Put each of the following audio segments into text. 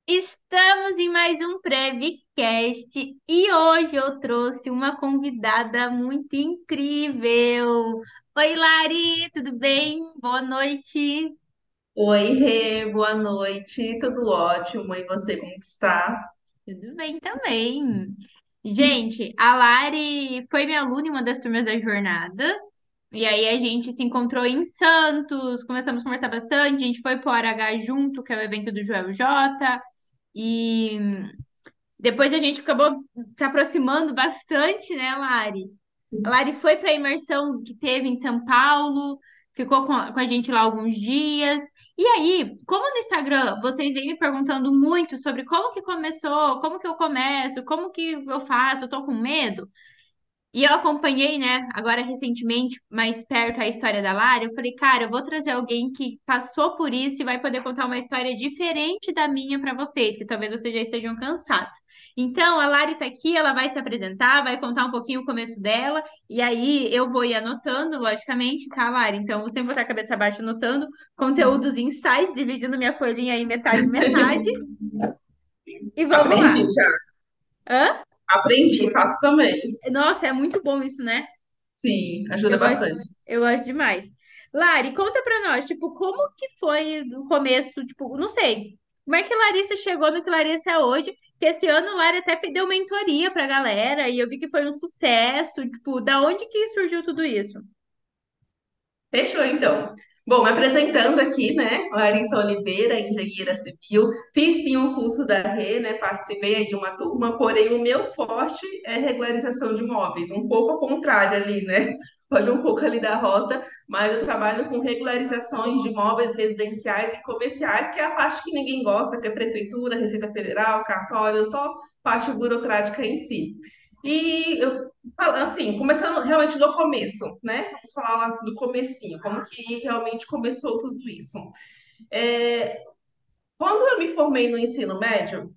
Estamos em mais um Prevcast e hoje eu trouxe uma convidada muito incrível. Oi, Lari, tudo bem? Boa noite. Oi, Rê, boa noite, tudo ótimo. E você, como que está? Tudo bem também. Gente, a Lari foi minha aluna em uma das turmas da jornada. E aí a gente se encontrou em Santos, começamos a conversar bastante, a gente foi pro RH junto, que é o evento do Joel J. E depois a gente acabou se aproximando bastante, né, Lari? A Lari foi para a imersão que teve em São Paulo, ficou com a gente lá alguns dias. E aí, como no Instagram vocês vêm me perguntando muito sobre como que começou, como que eu começo, como que eu faço, eu tô com medo. E eu acompanhei, né, agora recentemente, mais perto a história da Lara. Eu falei, cara, eu vou trazer alguém que passou por isso e vai poder contar uma história diferente da minha para vocês, que talvez vocês já estejam cansados. Então, a Lari tá aqui, ela vai se apresentar, vai contar um pouquinho o começo dela, e aí eu vou ir anotando, logicamente, tá, Lari? Então, eu sempre vou estar a cabeça baixa anotando conteúdos, insights, dividindo minha folhinha aí metade, metade, e vamos Aprendi lá. já, Hã? aprendi, faço também. Nossa, é muito bom isso, né? Sim, Eu ajuda gosto, bastante. eu gosto demais. Lari, conta pra nós, tipo, como que foi no começo, tipo, não sei, como é que Larissa chegou no que Larissa é hoje? Que esse ano a Lari até deu mentoria pra galera e eu vi que foi um sucesso, tipo, da onde que surgiu tudo isso? Fechou, então. Bom, me apresentando aqui, né? Larissa Oliveira, engenheira civil. Fiz sim um curso da Rê, né? Participei aí de uma turma, porém o meu forte é regularização de imóveis, um pouco ao contrário ali, né? Pode um pouco ali da rota, mas eu trabalho com regularizações de imóveis residenciais e comerciais, que é a parte que ninguém gosta, que é prefeitura, Receita Federal, cartório, só parte burocrática em si. E eu falando assim, começando realmente do começo, né? Vamos falar lá do comecinho, como que realmente começou tudo isso. É, quando eu me formei no ensino médio,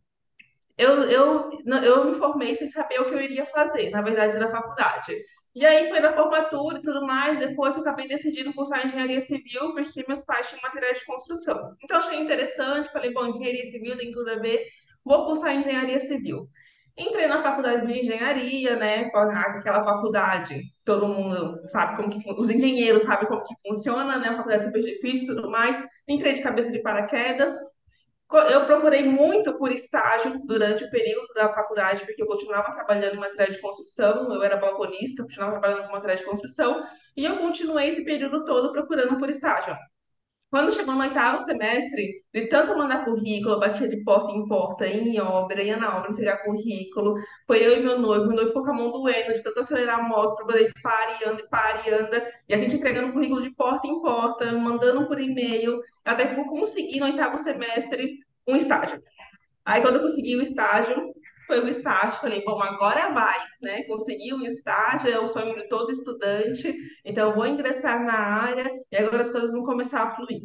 eu me formei sem saber o que eu iria fazer, na verdade, na faculdade. E aí foi na formatura e tudo mais, depois eu acabei decidindo cursar engenharia civil, porque meus pais tinham material de construção. Então eu achei interessante, falei, bom, engenharia civil tem tudo a ver, vou cursar engenharia civil. Entrei na faculdade de engenharia, né? Aquela faculdade, todo mundo sabe como que os engenheiros sabem como que funciona, né? A faculdade é super difícil e tudo mais. Entrei de cabeça de paraquedas. Eu procurei muito por estágio durante o período da faculdade, porque eu continuava trabalhando em material de construção, eu era balconista, continuava trabalhando com material de construção, e eu continuei esse período todo procurando por estágio. Quando chegou no oitavo semestre, de tanto mandar currículo, eu batia de porta em porta, ia em obra, ia na obra entregar currículo. Foi eu e meu noivo ficou com a mão doendo de tanto acelerar a moto para poder para e anda. E a gente entregando currículo de porta em porta, mandando por e-mail, até que eu consegui no oitavo semestre um estágio. Aí quando eu consegui o estágio, foi o estágio, falei, bom, agora vai, né? Consegui um estágio, é o sonho de todo estudante, então eu vou ingressar na área e agora as coisas vão começar a fluir.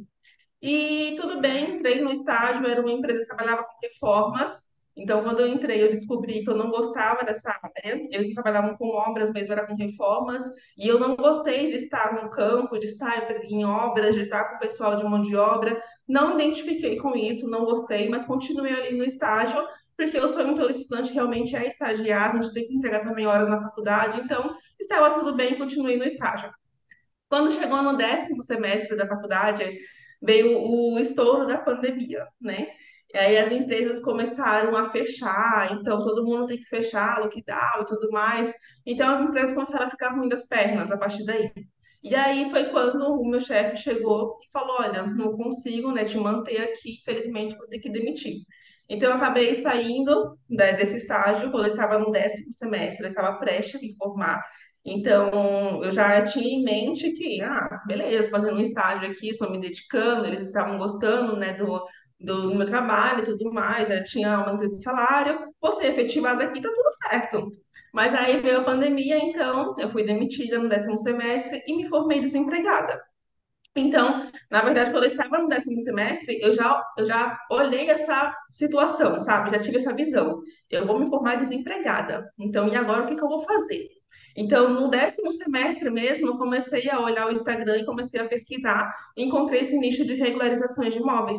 E tudo bem, entrei no estágio, era uma empresa que trabalhava com reformas. Então, quando eu entrei, eu descobri que eu não gostava dessa área. Eles não trabalhavam com obras, mesmo era com reformas. E eu não gostei de estar no campo, de estar em obras, de estar com o pessoal de mão de obra. Não identifiquei com isso, não gostei, mas continuei ali no estágio, porque o sonho de todo estudante realmente é estagiar, a gente tem que entregar também horas na faculdade. Então, estava tudo bem, continuei no estágio. Quando chegou no 10º semestre da faculdade, veio o estouro da pandemia, né? E aí as empresas começaram a fechar, então todo mundo tem que fechar, lockdown e tudo mais. Então as empresas começaram a ficar ruim das pernas a partir daí. E aí foi quando o meu chefe chegou e falou: Olha, não consigo, né, te manter aqui, infelizmente vou ter que demitir. Então eu acabei saindo, né, desse estágio quando eu estava no 10º semestre, eu estava prestes a me formar. Então, eu já tinha em mente que, beleza, tô fazendo um estágio aqui, estou me dedicando, eles estavam gostando, né, do meu trabalho e tudo mais, já tinha aumento de salário, vou ser efetivada aqui, tá tudo certo. Mas aí veio a pandemia, então eu fui demitida no 10º semestre e me formei desempregada. Então, na verdade, quando eu estava no 10º semestre, eu já olhei essa situação, sabe? Já tive essa visão. Eu vou me formar desempregada. Então, e agora o que que eu vou fazer? Então, no 10º semestre mesmo, eu comecei a olhar o Instagram e comecei a pesquisar. Encontrei esse nicho de regularizações de imóveis.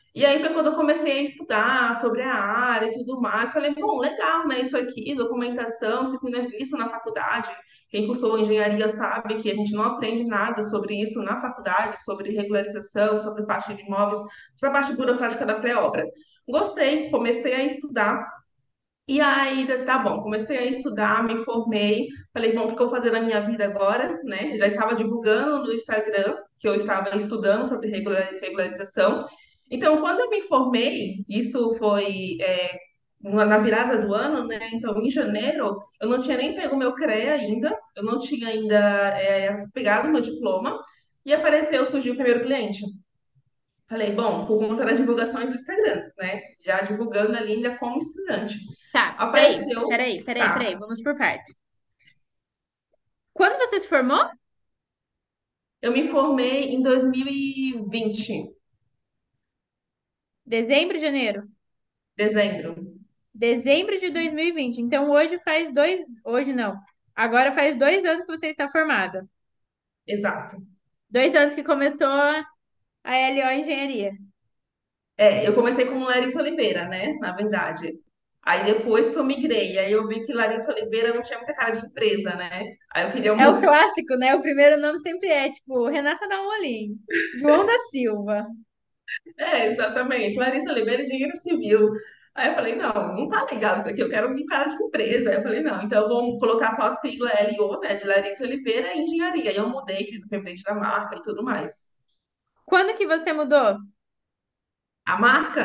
E aí foi quando eu comecei a estudar sobre a área e tudo mais. Falei, bom, legal, né? Isso aqui, documentação, isso aqui não é visto na faculdade. Quem cursou engenharia sabe que a gente não aprende nada sobre isso na faculdade, sobre regularização, sobre parte de imóveis, essa parte burocrática da pré-obra. Gostei, comecei a estudar. E aí, tá bom, comecei a estudar, me formei, falei, bom, o que eu vou fazer na minha vida agora, né? Já estava divulgando no Instagram que eu estava estudando sobre regularização. Então, quando eu me formei, isso foi na virada do ano, né? Então, em janeiro, eu não tinha nem pego meu CREA ainda, eu não tinha ainda pegado meu diploma, e apareceu, surgiu o primeiro cliente. Falei, bom, por conta das divulgações do Instagram, né? Já divulgando ali ainda como estudante. Tá, peraí, Apareceu, peraí, peraí, peraí, tá. vamos por partes. Quando você se formou? Eu me formei em 2020, Dezembro, janeiro? dezembro. Dezembro de 2020. Então hoje faz dois. Hoje não. Agora faz 2 anos que você está formada. Exato. 2 anos que começou a LO Engenharia. Eu comecei como Larissa Oliveira, né? Na verdade. Aí depois que eu migrei, aí eu vi que Larissa Oliveira não tinha muita cara de empresa, né? Aí eu queria É o mudar. clássico, né? O primeiro nome sempre é tipo Renata Dalmolin, João da Silva. Exatamente. Larissa Oliveira, engenheiro civil. Aí eu falei, não, não tá legal isso aqui, eu quero um cara de empresa. Aí eu falei, não, então vamos colocar só a sigla LO, né? De Larissa Oliveira e Engenharia. Aí eu mudei, fiz o rebrand da marca e tudo mais. Quando que você mudou? A marca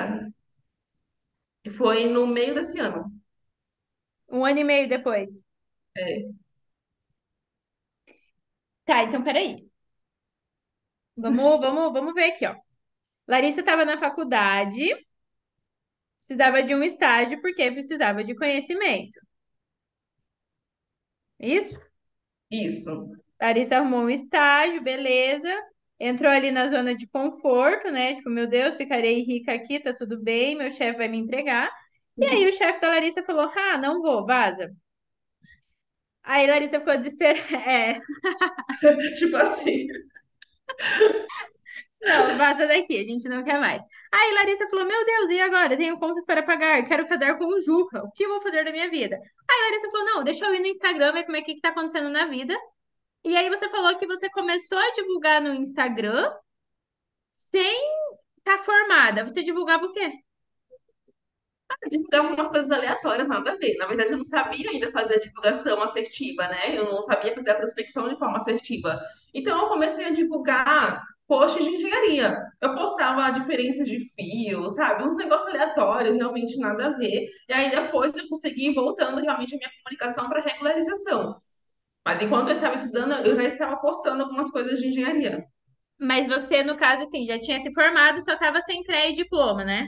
foi no meio desse ano. 1 ano e meio depois. É, Tá, então peraí. Vamos ver aqui, ó. Larissa estava na faculdade, precisava de um estágio porque precisava de conhecimento. Isso? isso. Larissa arrumou um estágio, beleza. Entrou ali na zona de conforto, né? Tipo, meu Deus, ficarei rica aqui, tá tudo bem, meu chefe vai me entregar. E aí o chefe da Larissa falou: Ah, não vou, vaza. Aí Larissa ficou desesperada. É, Tipo assim. não, vaza daqui, a gente não quer mais. Aí Larissa falou: Meu Deus, e agora? Tenho contas para pagar, quero casar com o Juca, o que eu vou fazer da minha vida? Aí Larissa falou: Não, deixa eu ir no Instagram ver como é que tá acontecendo na vida. E aí você falou que você começou a divulgar no Instagram sem estar formada. Você divulgava o quê? Divulgava umas coisas aleatórias, nada a ver. Na verdade, eu não sabia ainda fazer a divulgação assertiva, né? Eu não sabia fazer a prospecção de forma assertiva. Então, eu comecei a divulgar posts de engenharia. Eu postava a diferença de fio, sabe? Uns negócios aleatórios, realmente nada a ver. E aí, depois, eu consegui ir voltando realmente a minha comunicação para regularização. Mas enquanto eu estava estudando, eu já estava postando algumas coisas de engenharia. Mas você, no caso, assim, já tinha se formado, só estava sem CREA e diploma, né?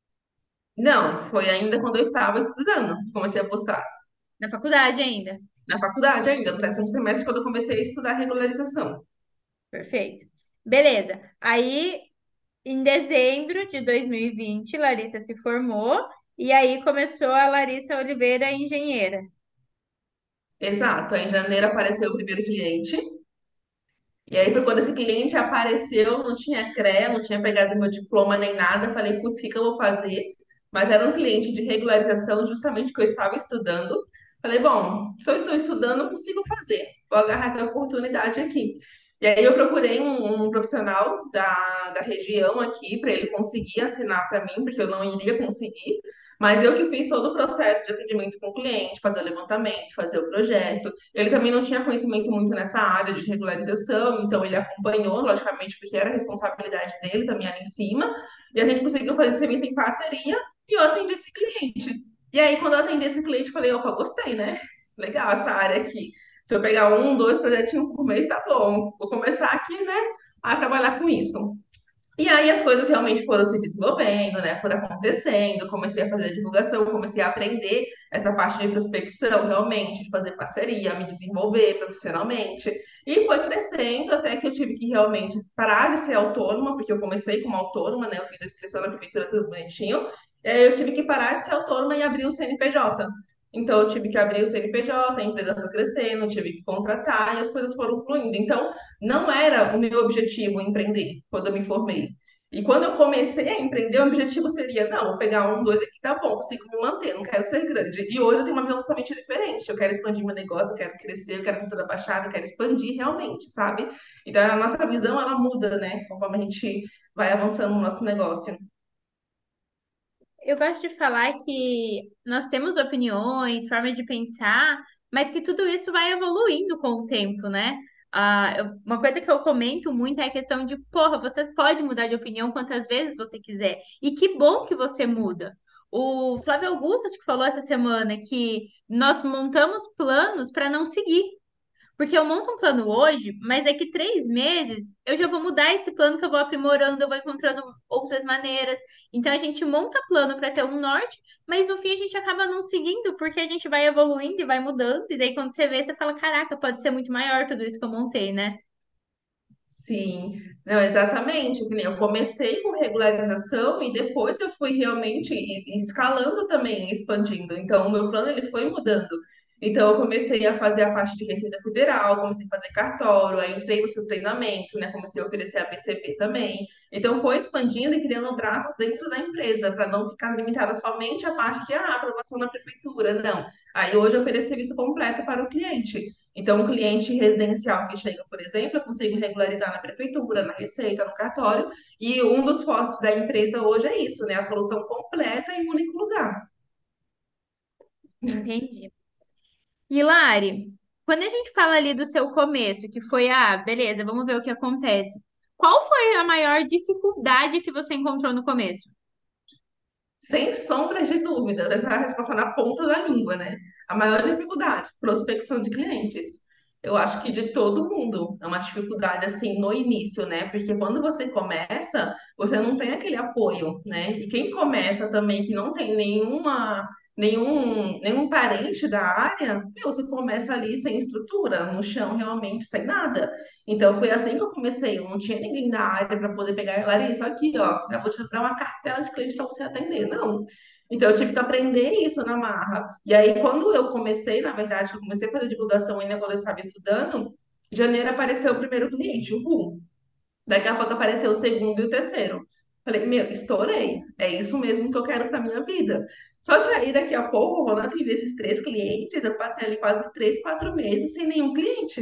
Não, foi ainda quando eu estava estudando, que comecei a postar. Na faculdade ainda. Na faculdade ainda, no 10º semestre, quando eu comecei a estudar regularização. Perfeito. Beleza. Aí, em dezembro de 2020, Larissa se formou e aí começou a Larissa Oliveira engenheira. Exato, aí em janeiro apareceu o primeiro cliente. E aí foi quando esse cliente apareceu, não tinha CREA, não tinha pegado meu diploma nem nada. Falei, putz, o que que eu vou fazer? Mas era um cliente de regularização, justamente que eu estava estudando. Falei, bom, se eu estou estudando, eu consigo fazer. Vou agarrar essa oportunidade aqui. E aí eu procurei um profissional da região aqui para ele conseguir assinar para mim, porque eu não iria conseguir. Mas eu que fiz todo o processo de atendimento com o cliente, fazer o levantamento, fazer o projeto. Ele também não tinha conhecimento muito nessa área de regularização, então ele acompanhou, logicamente, porque era a responsabilidade dele também ali em cima, e a gente conseguiu fazer esse serviço em parceria e eu atendi esse cliente. E aí, quando eu atendi esse cliente, falei, opa, gostei, né? Legal essa área aqui. Se eu pegar um, dois projetinhos por mês, tá bom. Vou começar aqui, né, a trabalhar com isso. E aí as coisas realmente foram se desenvolvendo, né? Foram acontecendo, comecei a fazer a divulgação, comecei a aprender essa parte de prospecção, realmente, de fazer parceria, me desenvolver profissionalmente. E foi crescendo até que eu tive que realmente parar de ser autônoma, porque eu comecei como autônoma, né? Eu fiz a inscrição na prefeitura, tudo bonitinho. E aí eu tive que parar de ser autônoma e abrir o CNPJ. Então eu tive que abrir o CNPJ, a empresa foi crescendo, tive que contratar e as coisas foram fluindo. Então, não era o meu objetivo empreender quando eu me formei. E quando eu comecei a empreender, o objetivo seria, não, vou pegar um, dois aqui, tá bom, consigo me manter, não quero ser grande. E hoje eu tenho uma visão totalmente diferente. Eu quero expandir meu negócio, eu quero crescer, eu quero vir toda baixada, eu quero expandir realmente, sabe? Então a nossa visão, ela muda, né? Conforme a gente vai avançando no nosso negócio. Eu gosto de falar que nós temos opiniões, formas de pensar, mas que tudo isso vai evoluindo com o tempo, né? Uma coisa que eu comento muito é a questão de, porra, você pode mudar de opinião quantas vezes você quiser. E que bom que você muda. O Flávio Augusto acho que falou essa semana que nós montamos planos para não seguir. Porque eu monto um plano hoje, mas daqui 3 meses eu já vou mudar esse plano que eu vou aprimorando, eu vou encontrando outras maneiras. Então a gente monta plano para ter um norte, mas no fim a gente acaba não seguindo, porque a gente vai evoluindo e vai mudando, e daí quando você vê, você fala, caraca, pode ser muito maior tudo isso que eu montei, né? Sim, não, exatamente. Que nem eu comecei com regularização e depois eu fui realmente escalando também, expandindo. Então, o meu plano ele foi mudando. Então, eu comecei a fazer a parte de Receita Federal, comecei a fazer cartório, aí entrei no seu treinamento, né? Comecei a oferecer a BCP também. Então, foi expandindo e criando braços dentro da empresa, para não ficar limitada somente à parte de aprovação na prefeitura. Não. Aí, hoje, eu ofereço serviço completo para o cliente. Então, um cliente residencial que chega, por exemplo, eu consigo regularizar na prefeitura, na Receita, no cartório, e um dos fortes da empresa hoje é isso, né? A solução completa em um único lugar. Entendi. E Lari, quando a gente fala ali do seu começo, que foi, beleza, vamos ver o que acontece. Qual foi a maior dificuldade que você encontrou no começo? Sem sombras de dúvida, essa é a resposta na ponta da língua, né? A maior dificuldade, prospecção de clientes. Eu acho que de todo mundo é uma dificuldade assim no início, né? Porque quando você começa, você não tem aquele apoio, né? E quem começa também que não tem nenhum parente da área, meu, você começa ali sem estrutura, no chão realmente sem nada. Então foi assim que eu comecei. Eu não tinha ninguém da área para poder pegar e Larissa, aqui, ó, já vou te dar uma cartela de clientes para você atender. Não. Então eu tive que aprender isso na marra. E aí, quando eu comecei, na verdade, eu comecei a fazer divulgação ainda quando eu estava estudando, em janeiro apareceu o primeiro cliente, o Ru. Daqui a pouco apareceu o segundo e o terceiro. Falei, meu, estourei. É isso mesmo que eu quero para minha vida. Só que aí, daqui a pouco, quando eu atendi esses 3 clientes, eu passei ali quase 3, 4 meses sem nenhum cliente.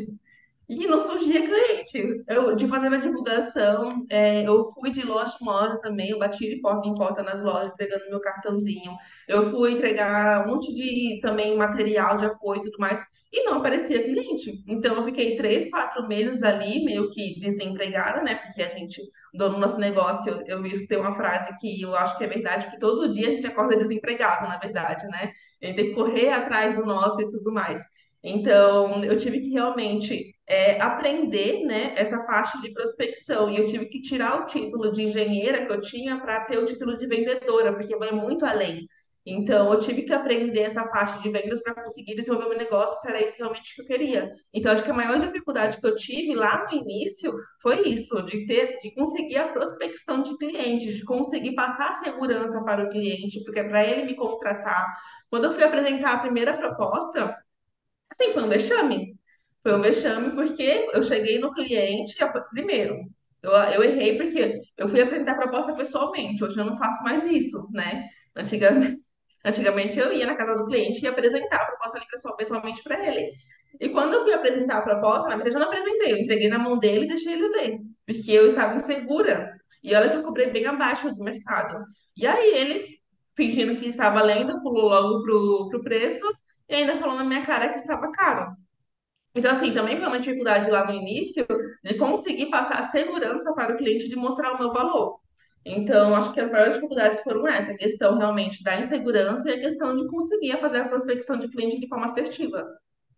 E não surgia cliente. Eu, de fazer a divulgação, eu fui de loja em loja também, eu bati de porta em porta nas lojas, entregando meu cartãozinho. Eu fui entregar um monte de também material de apoio e tudo mais, e não aparecia cliente. Então, eu fiquei 3, 4 meses ali, meio que desempregada, né? Porque a gente, o dono do nosso negócio, eu escutei uma frase que eu acho que é verdade, que todo dia a gente acorda desempregado, na verdade, né? A gente tem que correr atrás do nosso e tudo mais. Então, eu tive que realmente aprender, né, essa parte de prospecção. E eu tive que tirar o título de engenheira que eu tinha para ter o título de vendedora, porque vai muito além. Então, eu tive que aprender essa parte de vendas para conseguir desenvolver o meu negócio, se era isso realmente que eu queria. Então, acho que a maior dificuldade que eu tive lá no início foi isso, de conseguir a prospecção de clientes, de conseguir passar a segurança para o cliente, porque para ele me contratar. Quando eu fui apresentar a primeira proposta, assim, foi um vexame. Foi um vexame porque eu cheguei no cliente, primeiro, eu errei porque eu fui apresentar a proposta pessoalmente, hoje eu não faço mais isso, né? Antigamente, antigamente eu ia na casa do cliente e apresentar a proposta ali pessoalmente para ele. E quando eu fui apresentar a proposta, na verdade eu não apresentei, eu entreguei na mão dele e deixei ele ler, porque eu estava insegura. E olha que eu cobrei bem abaixo do mercado. E aí ele, fingindo que estava lendo, pulou logo pro preço e ainda falou na minha cara que estava caro. Então, assim, também foi uma dificuldade lá no início de conseguir passar a segurança para o cliente de mostrar o meu valor. Então, acho que as maiores dificuldades foram essa, a questão realmente da insegurança e a questão de conseguir fazer a prospecção de cliente de forma assertiva.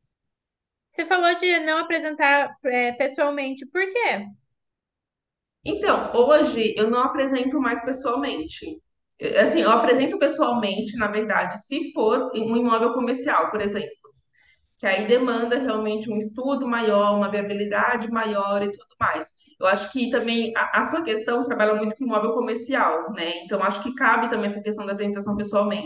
Você falou de não apresentar, pessoalmente, por quê? Então, hoje eu não apresento mais pessoalmente. Assim, eu apresento pessoalmente, na verdade, se for em um imóvel comercial, por exemplo, que aí demanda realmente um estudo maior, uma viabilidade maior e tudo mais. Eu acho que também a sua questão você trabalha muito com imóvel comercial, né? Então acho que cabe também essa questão da apresentação pessoalmente.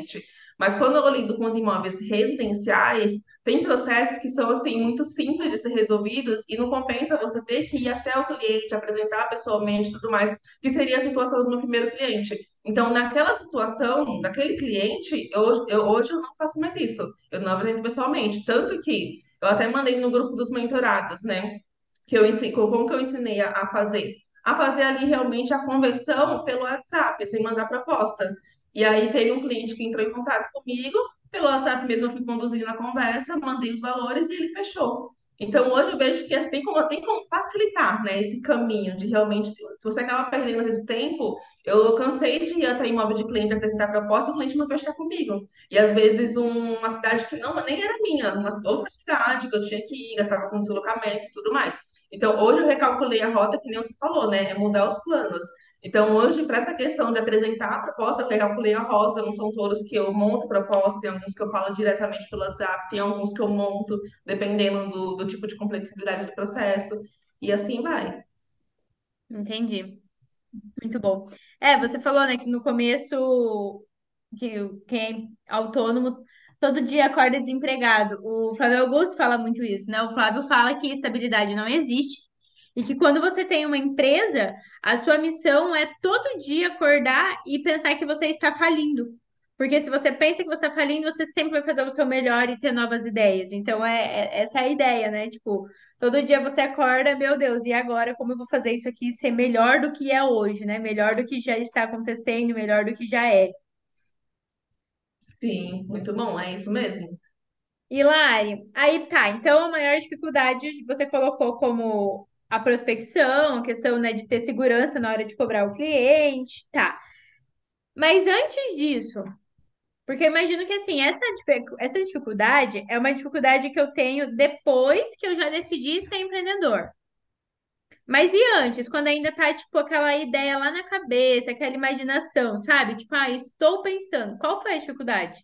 Mas quando eu lido com os imóveis residenciais, tem processos que são assim muito simples de ser resolvidos e não compensa você ter que ir até o cliente, apresentar pessoalmente e tudo mais, que seria a situação do meu primeiro cliente. Então, naquela situação, daquele cliente, hoje eu não faço mais isso. Eu não apresento pessoalmente. Tanto que eu até mandei no grupo dos mentorados, né? Que eu ensino, como que eu ensinei a fazer? A fazer ali realmente a conversão pelo WhatsApp, sem mandar proposta. E aí teve um cliente que entrou em contato comigo, pelo WhatsApp mesmo eu fui conduzindo a conversa, mandei os valores e ele fechou. Então hoje eu vejo que tem como facilitar, né, esse caminho de realmente, se você acaba perdendo esse tempo, eu cansei de ir até imóvel de cliente apresentar proposta e o cliente não fechar comigo. E às vezes uma cidade que não nem era minha, uma outra cidade que eu tinha que ir, gastava com deslocamento e tudo mais. Então hoje eu recalculei a rota, que nem você falou, né, é mudar os planos. Então, hoje, para essa questão de apresentar a proposta, eu recalculei a rota, não são todos que eu monto proposta, tem alguns que eu falo diretamente pelo WhatsApp, tem alguns que eu monto, dependendo do tipo de complexidade do processo, e assim vai. Entendi. Muito bom. É, você falou, né, que no começo que quem é autônomo todo dia acorda desempregado. O Flávio Augusto fala muito isso, né? O Flávio fala que estabilidade não existe e que quando você tem uma empresa, a sua missão é todo dia acordar e pensar que você está falindo. Porque se você pensa que você está falindo, você sempre vai fazer o seu melhor e ter novas ideias. Então, essa é a ideia, né? Tipo, todo dia você acorda, meu Deus, e agora como eu vou fazer isso aqui ser melhor do que é hoje, né? Melhor do que já está acontecendo, melhor do que já é. Sim, muito bom, é isso mesmo. E Lari, aí tá, então a maior dificuldade você colocou como a prospecção, a questão, né, de ter segurança na hora de cobrar o cliente, tá. Mas antes disso, porque eu imagino que assim, essa dificuldade é uma dificuldade que eu tenho depois que eu já decidi ser empreendedor. Mas e antes, quando ainda tá, tipo, aquela ideia lá na cabeça, aquela imaginação, sabe? Tipo, ah, estou pensando. Qual foi a dificuldade?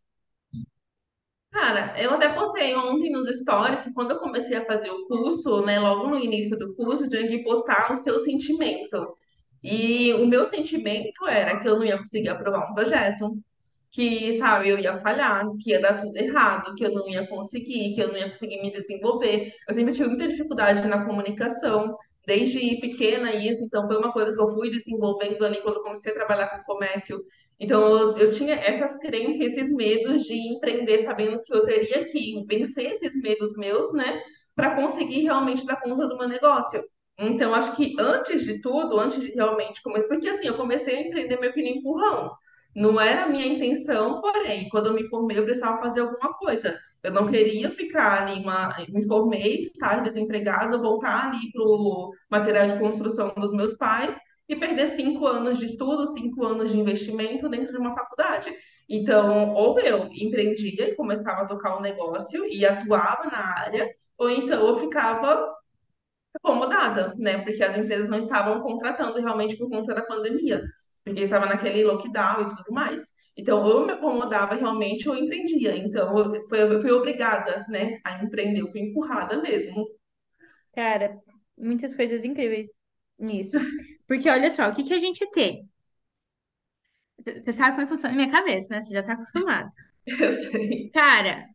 Cara, eu até postei ontem nos stories que quando eu comecei a fazer o curso, né, logo no início do curso, eu tinha que postar o seu sentimento. E o meu sentimento era que eu não ia conseguir aprovar um projeto, que, sabe, eu ia falhar, que ia dar tudo errado, que eu não ia conseguir, que eu não ia conseguir me desenvolver. Eu sempre tive muita dificuldade na comunicação, desde pequena isso, então foi uma coisa que eu fui desenvolvendo ali quando eu comecei a trabalhar com comércio. Então eu tinha essas crenças, esses medos de empreender, sabendo que eu teria que vencer esses medos meus, né, para conseguir realmente dar conta do meu negócio. Então, acho que antes de tudo, antes de realmente começar, porque assim, eu comecei a empreender meio que no empurrão. Não era a minha intenção, porém, quando eu me formei, eu precisava fazer alguma coisa. Eu não queria ficar ali, me formei, estar desempregada, voltar ali para o material de construção dos meus pais e perder 5 anos de estudo, 5 anos de investimento dentro de uma faculdade. Então, ou eu empreendia e começava a tocar um negócio e atuava na área, ou então eu ficava acomodada, né? Porque as empresas não estavam contratando realmente por conta da pandemia, porque estava naquele lockdown e tudo mais. Então, ou eu me acomodava realmente ou eu empreendia. Então, eu fui obrigada, né, a empreender, eu fui empurrada mesmo. Cara, muitas coisas incríveis nisso. Porque olha só, o que que a gente tem? Você sabe como é que funciona na minha cabeça, né? Você já tá acostumado. Eu sei. Cara,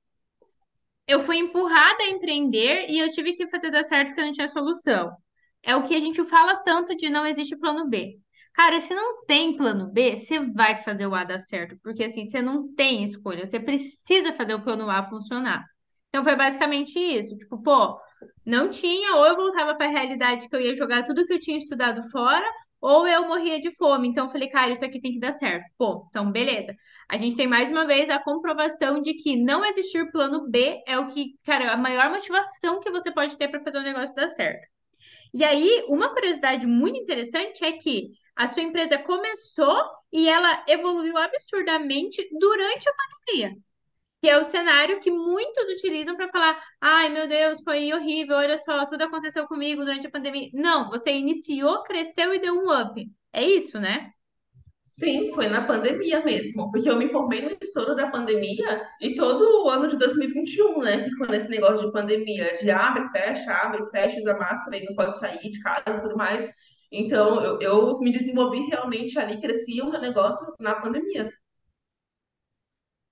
eu fui empurrada a empreender e eu tive que fazer dar certo porque eu não tinha solução. É o que a gente fala tanto de não existe plano B. Cara, se não tem plano B, você vai fazer o A dar certo, porque assim, você não tem escolha, você precisa fazer o plano A funcionar. Então foi basicamente isso, tipo, pô, não tinha, ou eu voltava para a realidade que eu ia jogar tudo que eu tinha estudado fora, ou eu morria de fome. Então eu falei, cara, isso aqui tem que dar certo. Pô, então beleza. A gente tem mais uma vez a comprovação de que não existir plano B é o que, cara, a maior motivação que você pode ter para fazer o negócio dar certo. E aí, uma curiosidade muito interessante é que a sua empresa começou e ela evoluiu absurdamente durante a pandemia, que é o cenário que muitos utilizam para falar: ai meu Deus, foi horrível, olha só, tudo aconteceu comigo durante a pandemia. Não, você iniciou, cresceu e deu um up. É isso, né? Sim, foi na pandemia mesmo, porque eu me formei no estouro da pandemia e todo o ano de 2021, né, que foi nesse negócio de pandemia, de abre, fecha, usa máscara e não pode sair de casa e tudo mais. Então, eu me desenvolvi realmente ali, cresci o meu negócio na pandemia.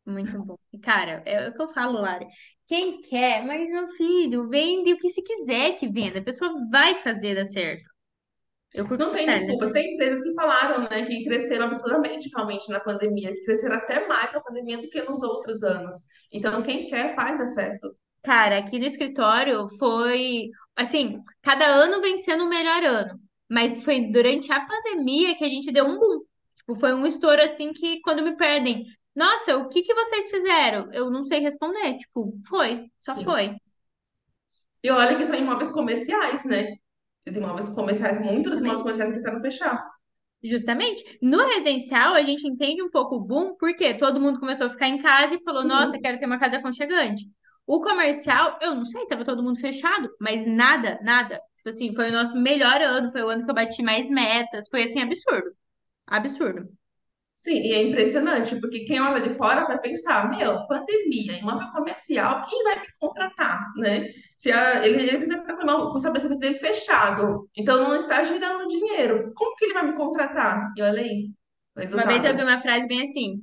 Muito bom. E, cara, é o que eu falo, Lara. Quem quer, mas meu filho, vende o que se quiser que venda. A pessoa vai fazer dar certo. Eu curto Não pra tem caralho desculpas. nessas. Tem empresas que falaram, né, que cresceram absurdamente realmente na pandemia, que cresceram até mais na pandemia do que nos outros anos. Então, quem quer faz dar certo. Cara, aqui no escritório foi assim, cada ano vem sendo o melhor ano. Mas foi durante a pandemia que a gente deu um boom. Tipo, foi um estouro assim que quando me pedem, nossa, o que que vocês fizeram? Eu não sei responder. Tipo, foi, só Sim. foi. E olha que são imóveis comerciais, né? Os imóveis comerciais, muitos dos imóveis Justamente. comerciais precisaram fechar. Justamente. No residencial, a gente entende um pouco o boom, porque todo mundo começou a ficar em casa e falou, nossa, Uhum. quero ter uma casa aconchegante. O comercial, eu não sei, tava todo mundo fechado, mas nada, nada. Tipo assim, foi o nosso melhor ano, foi o ano que eu bati mais metas, foi assim, absurdo. Absurdo. Sim, e é impressionante, porque quem olha de fora vai pensar, meu, pandemia, imóvel comercial, quem vai me contratar, né? Ele precisa ficar com o estabelecimento dele fechado, então não está girando dinheiro. Como que ele vai me contratar? E olha aí, o Uma vez eu vi resultado. uma frase bem assim: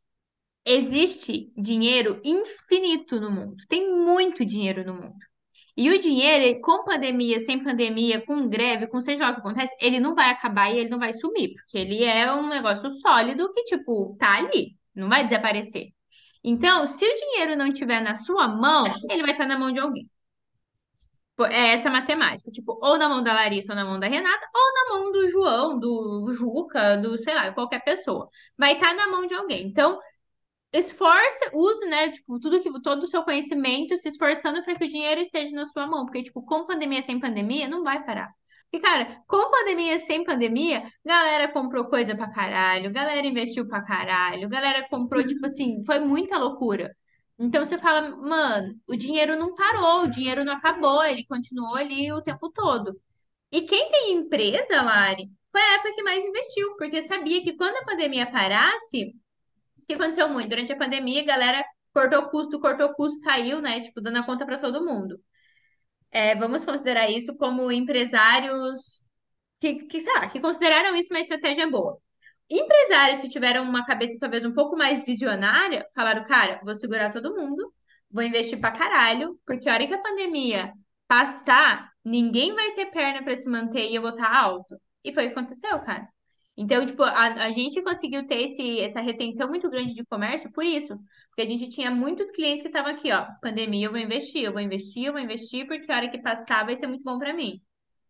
existe dinheiro infinito no mundo. Tem muito dinheiro no mundo. E o dinheiro, com pandemia, sem pandemia, com greve, com seja lá o que acontece, ele não vai acabar e ele não vai sumir, porque ele é um negócio sólido que, tipo, tá ali, não vai desaparecer. Então, se o dinheiro não estiver na sua mão, ele vai estar na mão de alguém. Pô, é essa a matemática, tipo, ou na mão da Larissa ou na mão da Renata, ou na mão do João, do Juca, do, sei lá, qualquer pessoa. Vai estar na mão de alguém. Então, esforce, use, né, tipo, tudo que todo o seu conhecimento se esforçando para que o dinheiro esteja na sua mão, porque tipo, com pandemia sem pandemia, não vai parar. E cara, com pandemia sem pandemia, galera comprou coisa pra caralho, galera investiu pra caralho, galera comprou, tipo assim, foi muita loucura. Então você fala, mano, o dinheiro não parou, o dinheiro não acabou, ele continuou ali o tempo todo. E quem tem empresa, Lari, foi a época que mais investiu, porque sabia que quando a pandemia parasse, o que aconteceu muito? Durante a pandemia, a galera cortou custo, saiu, né? Tipo, dando a conta para todo mundo. É, vamos considerar isso como empresários sei lá, que consideraram isso uma estratégia boa. Empresários que tiveram uma cabeça talvez um pouco mais visionária, falaram, cara, vou segurar todo mundo, vou investir pra caralho, porque a hora que a pandemia passar, ninguém vai ter perna para se manter e eu vou estar alto. E foi o que aconteceu, cara. Então, tipo, a gente conseguiu ter essa retenção muito grande de comércio por isso. Porque a gente tinha muitos clientes que estavam aqui, ó, pandemia, eu vou investir, eu vou investir, eu vou investir, porque a hora que passar vai ser muito bom para mim.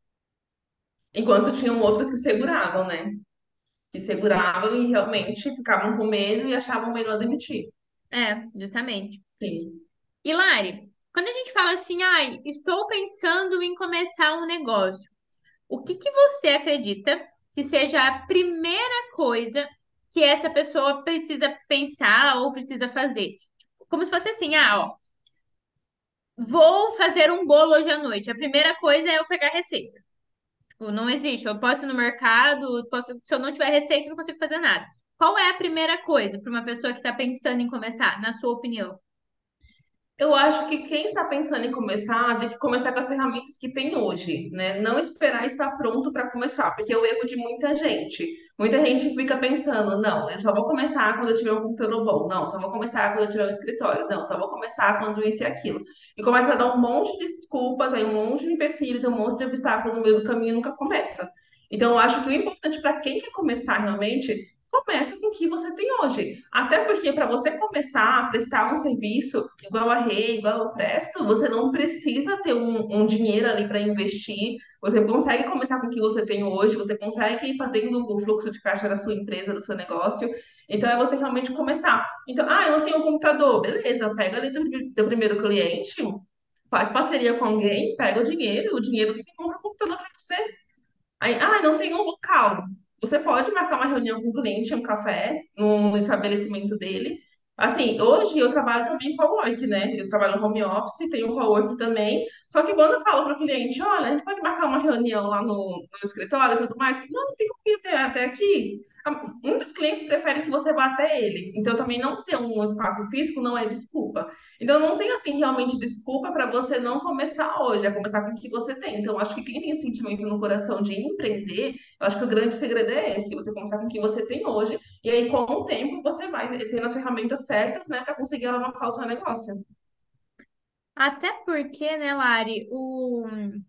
Enquanto tinham outros que seguravam, né? Que seguravam e realmente ficavam com medo e achavam melhor demitir. É, justamente. Sim. E Lari, quando a gente fala assim, ai, estou pensando em começar um negócio, o que que você acredita que seja a primeira coisa que essa pessoa precisa pensar ou precisa fazer? Como se fosse assim, ah, ó, vou fazer um bolo hoje à noite. A primeira coisa é eu pegar receita. Tipo, não existe. Eu posso ir no mercado, se eu não tiver receita, eu não consigo fazer nada. Qual é a primeira coisa para uma pessoa que está pensando em começar, na sua opinião? Eu acho que quem está pensando em começar tem que começar com as ferramentas que tem hoje, né? Não esperar estar pronto para começar, porque é o erro de muita gente. Muita gente fica pensando, não, eu só vou começar quando eu tiver um computador bom. Não, só vou começar quando eu tiver um escritório. Não, só vou começar quando isso e aquilo. E começa a dar um monte de desculpas, aí um monte de empecilhos, um monte de obstáculos no meio do caminho e nunca começa. Então, eu acho que o importante para quem quer começar realmente, começa com o que você tem hoje. Até porque para você começar a prestar um serviço igual a Rei, igual eu presto, você não precisa ter um dinheiro ali para investir. Você consegue começar com o que você tem hoje, você consegue ir fazendo o fluxo de caixa da sua empresa, do seu negócio. Então é você realmente começar. Então, eu não tenho um computador, beleza, pega ali teu primeiro cliente, faz parceria com alguém, pega o dinheiro você compra um computador para você. Aí, não tem um local. Você pode marcar uma reunião com o cliente, um café, no estabelecimento dele. Assim, hoje eu trabalho também com cowork, né? Eu trabalho no home office, tenho cowork também. Só que quando eu falo para o cliente, olha, a gente pode marcar uma reunião lá no escritório e tudo mais, não tem como ir até aqui. Muitas muitos clientes preferem que você vá até ele. Então, também não ter um espaço físico não é desculpa. Então, não tem, assim, realmente desculpa para você não começar hoje, é começar com o que você tem. Então, acho que quem tem sentimento no coração de empreender, eu acho que o grande segredo é esse, você começar com o que você tem hoje, e aí, com o tempo, você vai tendo as ferramentas certas, né, para conseguir alavancar o seu negócio. Até porque, né, Lari, o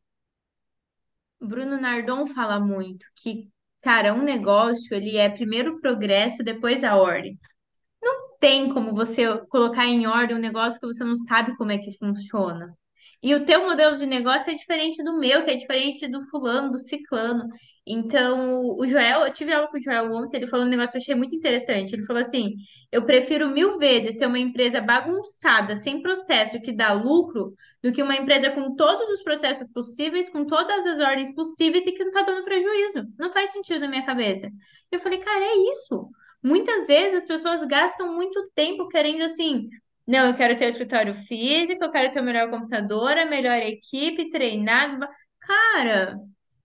Bruno Nardon fala muito que, cara, um negócio, ele é primeiro o progresso, depois a ordem. Tem como você colocar em ordem um negócio que você não sabe como é que funciona. E o teu modelo de negócio é diferente do meu, que é diferente do fulano, do ciclano. Então, o Joel, eu tive aula com o Joel ontem, ele falou um negócio que eu achei muito interessante. Ele falou assim: eu prefiro 1000 vezes ter uma empresa bagunçada, sem processo, que dá lucro, do que uma empresa com todos os processos possíveis, com todas as ordens possíveis e que não tá dando prejuízo. Não faz sentido na minha cabeça. Eu falei, cara, é isso. Muitas vezes as pessoas gastam muito tempo querendo assim, não, eu quero ter o escritório físico, eu quero ter o melhor computador, a melhor equipe, treinado. Cara,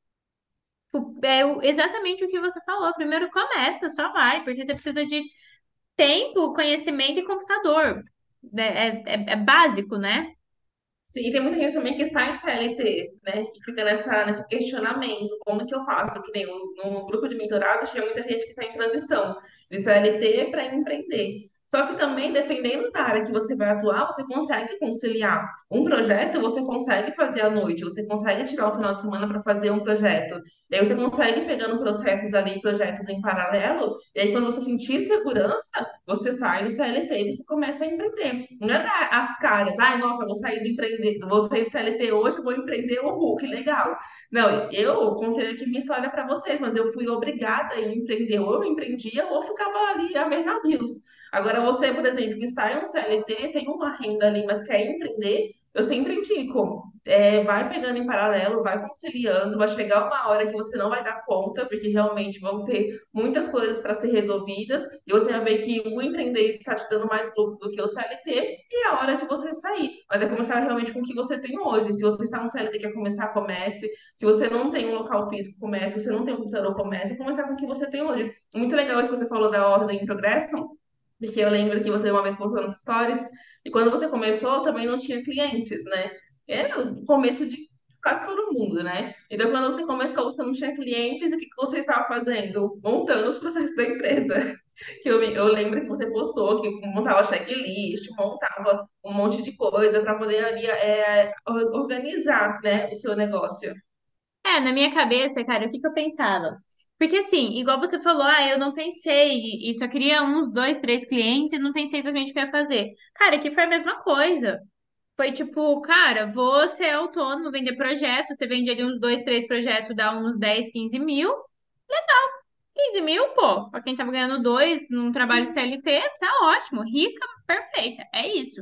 exatamente o que você falou. Primeiro começa, só vai, porque você precisa de tempo, conhecimento e computador. É básico, né? Sim, e tem muita gente também que está em CLT, né? E fica nesse questionamento, como que eu faço? Que nem no grupo de mentorados tinha muita gente que está em transição de CLT para empreender. Só que também, dependendo da área que você vai atuar, você consegue conciliar. Um projeto você consegue fazer à noite, você consegue tirar o final de semana para fazer um projeto. E aí você consegue pegando processos ali, projetos em paralelo, e aí quando você sentir segurança, você sai do CLT e você começa a empreender. Não é dar as caras, ai, nossa, vou sair do empreender, vou sair do CLT hoje, vou empreender o Hulk, legal. Não, eu contei aqui minha história para vocês, mas eu fui obrigada a empreender, ou eu empreendia, ou ficava ali a ver navios. Agora, você, por exemplo, que está em um CLT, tem uma renda ali, mas quer empreender, eu sempre indico. Vai pegando em paralelo, vai conciliando, vai chegar uma hora que você não vai dar conta, porque realmente vão ter muitas coisas para ser resolvidas, e você vai ver que o empreender está te dando mais lucro do que o CLT, e é a hora de você sair. Mas é começar realmente com o que você tem hoje. Se você está no CLT e quer começar, comece. Se você não tem um local físico, comece. Se você não tem um computador, comece. Começar com o que você tem hoje. Muito legal isso que você falou da ordem em progresso, porque eu lembro que você uma vez postou nos stories, e quando você começou, também não tinha clientes, né? É o começo de quase todo mundo, né? Então, quando você começou, você não tinha clientes, e o que que você estava fazendo? Montando os processos da empresa. Que eu lembro que você postou que montava checklist, montava um monte de coisa para poder ali organizar, né, o seu negócio. É, na minha cabeça, cara, o que que eu pensava? Porque assim, igual você falou, eu não pensei, e só queria uns 2, 3 clientes e não pensei exatamente o que eu ia fazer. Cara, aqui foi a mesma coisa. Foi tipo, cara, vou ser autônomo, vender projeto. Você vende ali uns 2, 3 projetos, dá uns 10, 15 mil. 15 mil, pô, pra quem tava ganhando dois num trabalho CLT, tá ótimo, rica, perfeita, é isso.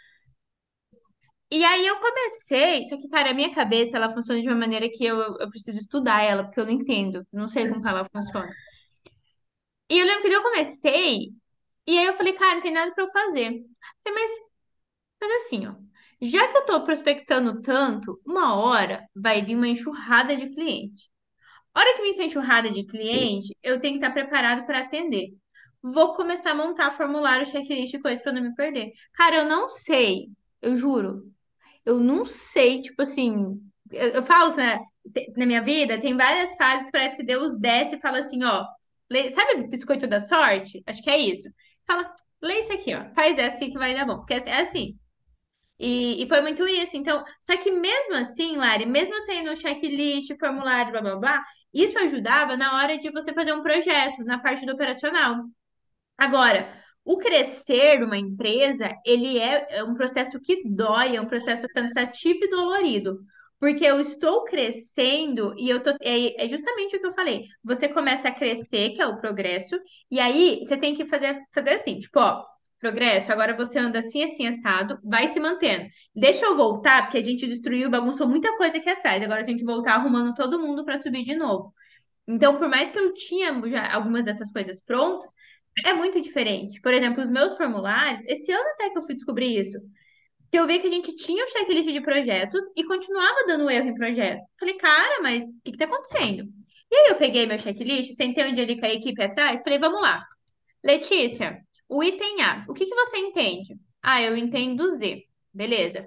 E aí eu comecei, só que, cara, a minha cabeça, ela funciona de uma maneira que eu preciso estudar ela, porque eu não entendo, não sei como que ela funciona. E eu lembro que daí eu comecei, e aí eu falei, cara, não tem nada pra eu fazer. Falei, mas assim, ó, já que eu tô prospectando tanto, uma hora vai vir uma enxurrada de cliente. A hora que vem essa enxurrada de cliente, eu tenho que estar preparado para atender. Vou começar a montar formulário, checklist e coisas para não me perder. Cara, eu não sei, eu juro. Eu não sei, tipo assim, eu falo que na minha vida tem várias fases que parece que Deus desce e fala assim, ó, sabe biscoito da sorte? Acho que é isso. Fala, lê isso aqui, ó, faz essa aqui que vai dar bom, porque é assim. E foi muito isso. Então, só que mesmo assim, Lari, mesmo tendo checklist, formulário, blá blá blá, isso ajudava na hora de você fazer um projeto, na parte do operacional. Agora, o crescer uma empresa, ele é um processo que dói, é um processo cansativo e dolorido. Porque eu estou crescendo e eu tô. É justamente o que eu falei. Você começa a crescer, que é o progresso, e aí você tem que fazer assim, tipo, ó, progresso, agora você anda assim, assim, assado, vai se mantendo. Deixa eu voltar, porque a gente destruiu, bagunçou muita coisa aqui atrás. Agora eu tenho que voltar arrumando todo mundo para subir de novo. Então, por mais que eu tinha já algumas dessas coisas prontas, é muito diferente. Por exemplo, os meus formulários, esse ano até que eu fui descobrir isso, que eu vi que a gente tinha o checklist de projetos e continuava dando erro em projeto. Falei, cara, mas o que que tá acontecendo? E aí eu peguei meu checklist, sentei um dia ali com a equipe atrás, falei, vamos lá. Letícia, o item A, o que que você entende? Ah, eu entendo Z. Beleza.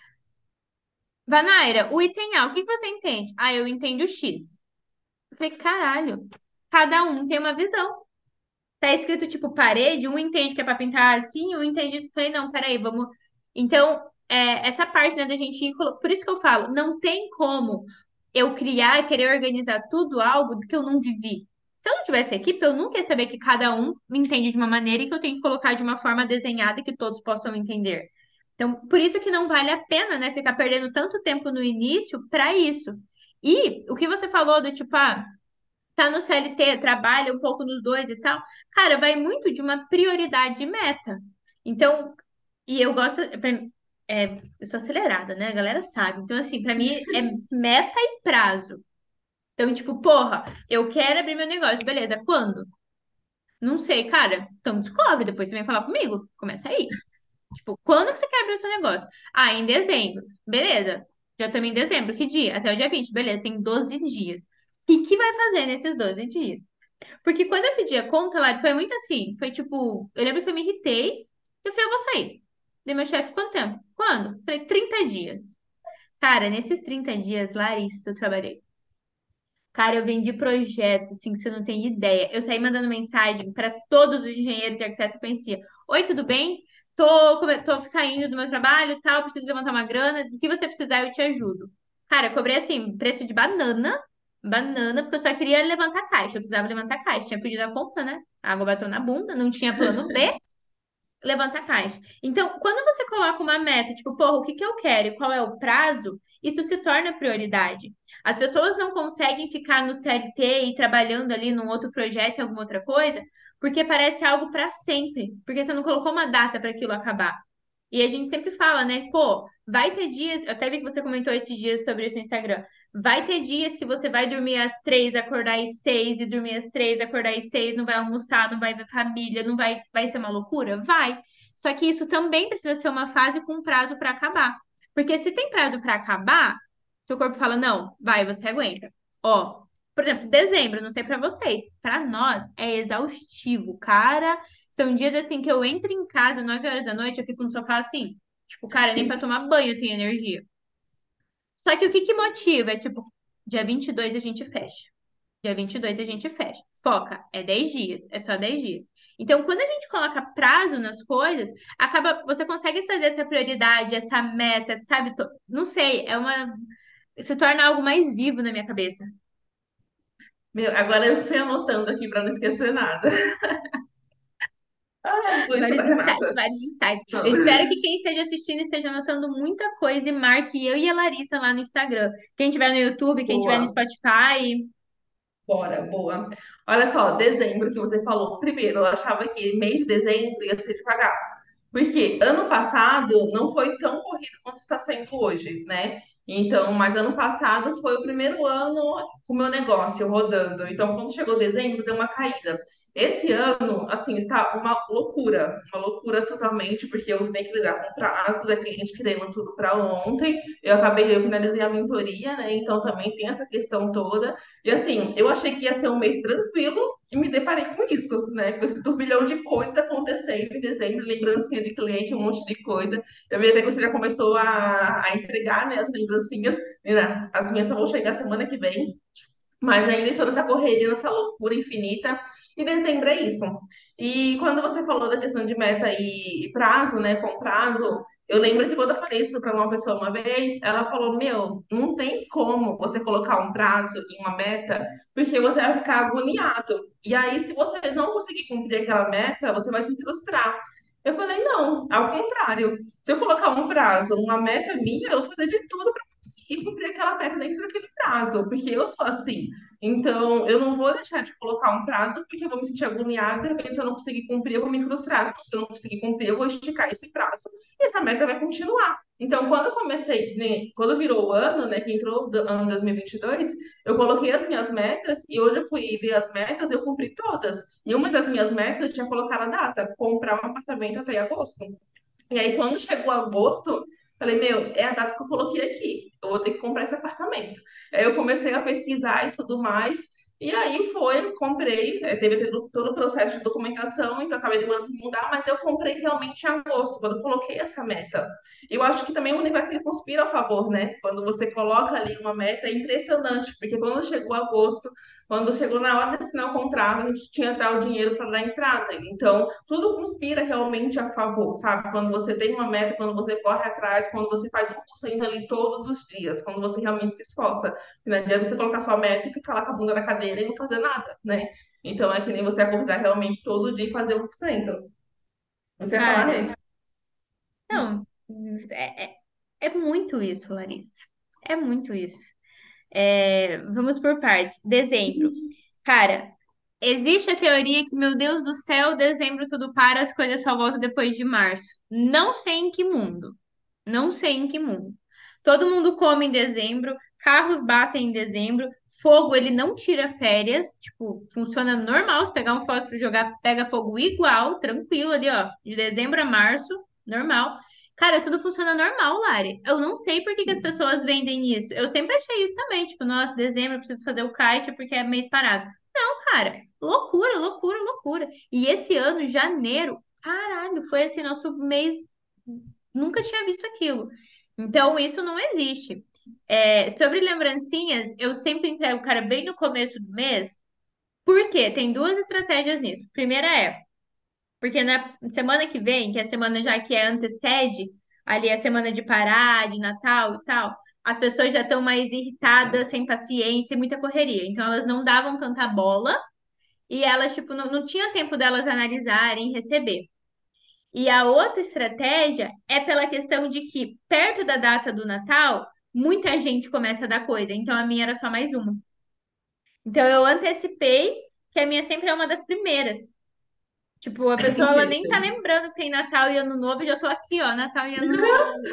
Vanaira, o item A, o que que você entende? Ah, eu entendo X. Eu falei, caralho, cada um tem uma visão. Tá escrito tipo parede, um entende que é pra pintar assim, um entende isso. Eu falei, não, peraí, vamos. Então, essa parte, né, da gente ir. Por isso que eu falo, não tem como eu criar e querer organizar tudo algo que eu não vivi. Se eu não tivesse equipe, eu nunca ia saber que cada um me entende de uma maneira e que eu tenho que colocar de uma forma desenhada que todos possam entender. Então, por isso que não vale a pena, né, ficar perdendo tanto tempo no início para isso. E o que você falou do tipo, tá no CLT, trabalha um pouco nos dois e tal. Cara, vai muito de uma prioridade e meta. Então, e eu gosto, eu sou acelerada, né? A galera sabe. Então, assim, pra mim é meta e prazo. Então, tipo, porra, eu quero abrir meu negócio, beleza, quando? Não sei, cara. Então descobre, depois você vem falar comigo. Começa aí. Tipo, quando que você quer abrir o seu negócio? Ah, em dezembro. Beleza. Já estamos em dezembro. Que dia? Até o dia 20. Beleza, tem 12 dias. O que vai fazer nesses 12 dias? Porque quando eu pedi a conta lá, foi muito assim. Foi tipo, eu lembro que eu me irritei. Eu falei, eu vou sair. Daí meu chefe, quanto tempo? Quando? Falei, 30 dias. Cara, nesses 30 dias, Larissa, eu trabalhei. Cara, eu vendi projeto, assim, que você não tem ideia. Eu saí mandando mensagem para todos os engenheiros e arquitetos que eu conhecia. Oi, tudo bem? Tô saindo do meu trabalho, e tal, preciso levantar uma grana. O que você precisar, eu te ajudo. Cara, eu cobrei, assim, preço de banana, porque eu só queria levantar caixa. Eu precisava levantar caixa. Tinha pedido a conta, né? A água bateu na bunda, não tinha plano B, levanta a caixa. Então, quando você coloca uma meta, tipo, porra, o que que eu quero e qual é o prazo, isso se torna prioridade. As pessoas não conseguem ficar no CLT e trabalhando ali num outro projeto, em alguma outra coisa, porque parece algo para sempre, porque você não colocou uma data para aquilo acabar. E a gente sempre fala, né? Pô, vai ter dias, eu até vi que você comentou esses dias sobre isso no Instagram. Vai ter dias que você vai dormir às 3, acordar às 6 e dormir às 3, acordar às 6, não vai almoçar, não vai ver família, não vai ser uma loucura? Vai. Só que isso também precisa ser uma fase com prazo para acabar. Porque se tem prazo para acabar, seu corpo fala, não, vai, você aguenta. Ó, por exemplo, dezembro, não sei para vocês, para nós é exaustivo, cara. São dias assim que eu entro em casa 9 horas da noite, eu fico no sofá assim, tipo, cara, nem pra E, tomar banho eu tenho energia. Só que o que que motiva? É tipo, dia 22 a gente fecha. Dia 22 a gente fecha. Foca, é 10 dias, é só 10 dias. Então, quando a gente coloca prazo nas coisas, acaba, você consegue trazer essa prioridade, essa meta, sabe? Não sei, se torna algo mais vivo na minha cabeça. meu, agora eu fui anotando aqui para não esquecer nada. Ah, influência da Vários insights, Renata. vários insights. Não. Eu espero que quem esteja assistindo esteja anotando muita coisa e marque eu e a Larissa lá no Instagram. Quem tiver no YouTube, quem tiver no Boa. Spotify. Bora, boa. Olha só, dezembro que você falou. Primeiro, eu achava que mês de dezembro ia ser devagar. Porque ano passado não foi tão corrido quanto está sendo hoje, né? Então, mas ano passado foi o primeiro ano com o meu negócio rodando. Então, quando chegou dezembro, deu uma caída. Esse ano, assim, está uma loucura totalmente, porque eu tenho que lidar com prazos, é cliente querendo tudo para ontem. Eu finalizei a mentoria, né? Então também tem essa questão toda. E assim, eu achei que ia ser um mês tranquilo e me deparei com isso, né? Com esse turbilhão de coisas acontecendo em dezembro, lembrancinha de cliente, um monte de coisa. Eu vi até que você já começou a entregar, né, as lembrancinhas. Menina, as minhas só vão chegar semana que vem. Mas ainda estou nessa correria, nessa loucura infinita. E dezembro é isso. E quando você falou da questão de meta e prazo, né? Com prazo, eu lembro que quando eu falei isso para uma pessoa uma vez, ela falou: Meu, não tem como você colocar um prazo em uma meta, porque você vai ficar agoniado. E aí, se você não conseguir cumprir aquela meta, você vai se frustrar. Eu falei: Não, ao contrário. Se eu colocar um prazo, uma meta minha, eu vou fazer de tudo para conseguir cumprir aquela meta dentro daquele prazo, porque eu sou assim. Então, eu não vou deixar de colocar um prazo, porque eu vou me sentir agoniada. De repente, se eu não conseguir cumprir, eu vou me frustrar. Então, se eu não conseguir cumprir, eu vou esticar esse prazo. E essa meta vai continuar. Então, quando eu comecei, né, quando virou o ano, né, que entrou o ano 2022, eu coloquei as minhas metas e hoje eu fui ver as metas, eu cumpri todas. E uma das minhas metas, eu tinha colocado a data, comprar um apartamento até agosto. E aí, quando chegou agosto, falei, meu, é a data que eu coloquei aqui. Eu vou ter que comprar esse apartamento. Aí eu comecei a pesquisar e tudo mais. E aí foi, comprei, teve todo o processo de documentação, então acabei demorando para mudar, mas eu comprei realmente em agosto, quando eu coloquei essa meta. Eu acho que também o universo ele conspira a favor, né? Quando você coloca ali uma meta, é impressionante, porque quando chegou agosto, quando chegou na hora de assinar o contrato, a gente tinha até o dinheiro para dar entrada. Então, tudo conspira realmente a favor, sabe? Quando você tem uma meta, quando você corre atrás, quando você faz 1% ali todos os dias, quando você realmente se esforça. Não adianta você colocar sua meta e ficar lá com a bunda na cadeira e não fazer nada, né? Então é que nem você acordar realmente todo dia e fazer 1%. Você ia falar, Cara, Rê? não, é muito isso, Larissa. É muito isso. É, vamos por partes. Dezembro. Cara, existe a teoria que, meu Deus do céu, dezembro tudo para, as coisas só voltam depois de março. Não sei em que mundo. Não sei em que mundo. Todo mundo come em dezembro, carros batem em dezembro, fogo ele não tira férias, tipo, funciona normal, se pegar um fósforo e jogar, pega fogo igual, tranquilo ali, ó, de dezembro a março, normal. Cara, tudo funciona normal, Lari. Eu não sei por que que as pessoas vendem isso. Eu sempre achei isso também, tipo, nossa, dezembro eu preciso fazer o kite porque é mês parado. Não, cara, loucura, loucura, loucura. E esse ano, janeiro, caralho, foi assim, nosso mês. Nunca tinha visto aquilo. Então, isso não existe. É, sobre lembrancinhas, eu sempre entrego o cara bem no começo do mês. Por quê? Tem duas estratégias nisso. Primeira é, porque na semana que vem, que é a semana já que antecede, ali a semana de parar, de Natal e tal, as pessoas já estão mais irritadas, sem paciência, e muita correria. Então, elas não davam tanta bola e elas, tipo, não tinha tempo delas analisarem, receber. E a outra estratégia é pela questão de que, perto da data do Natal, muita gente começa a dar coisa. Então, a minha era só mais uma. Então, eu antecipei que a minha sempre é uma das primeiras. Tipo, a pessoa ela nem tá Entendi. lembrando que tem Natal e Ano Novo, e já tô aqui, ó, Natal e Ano Novo.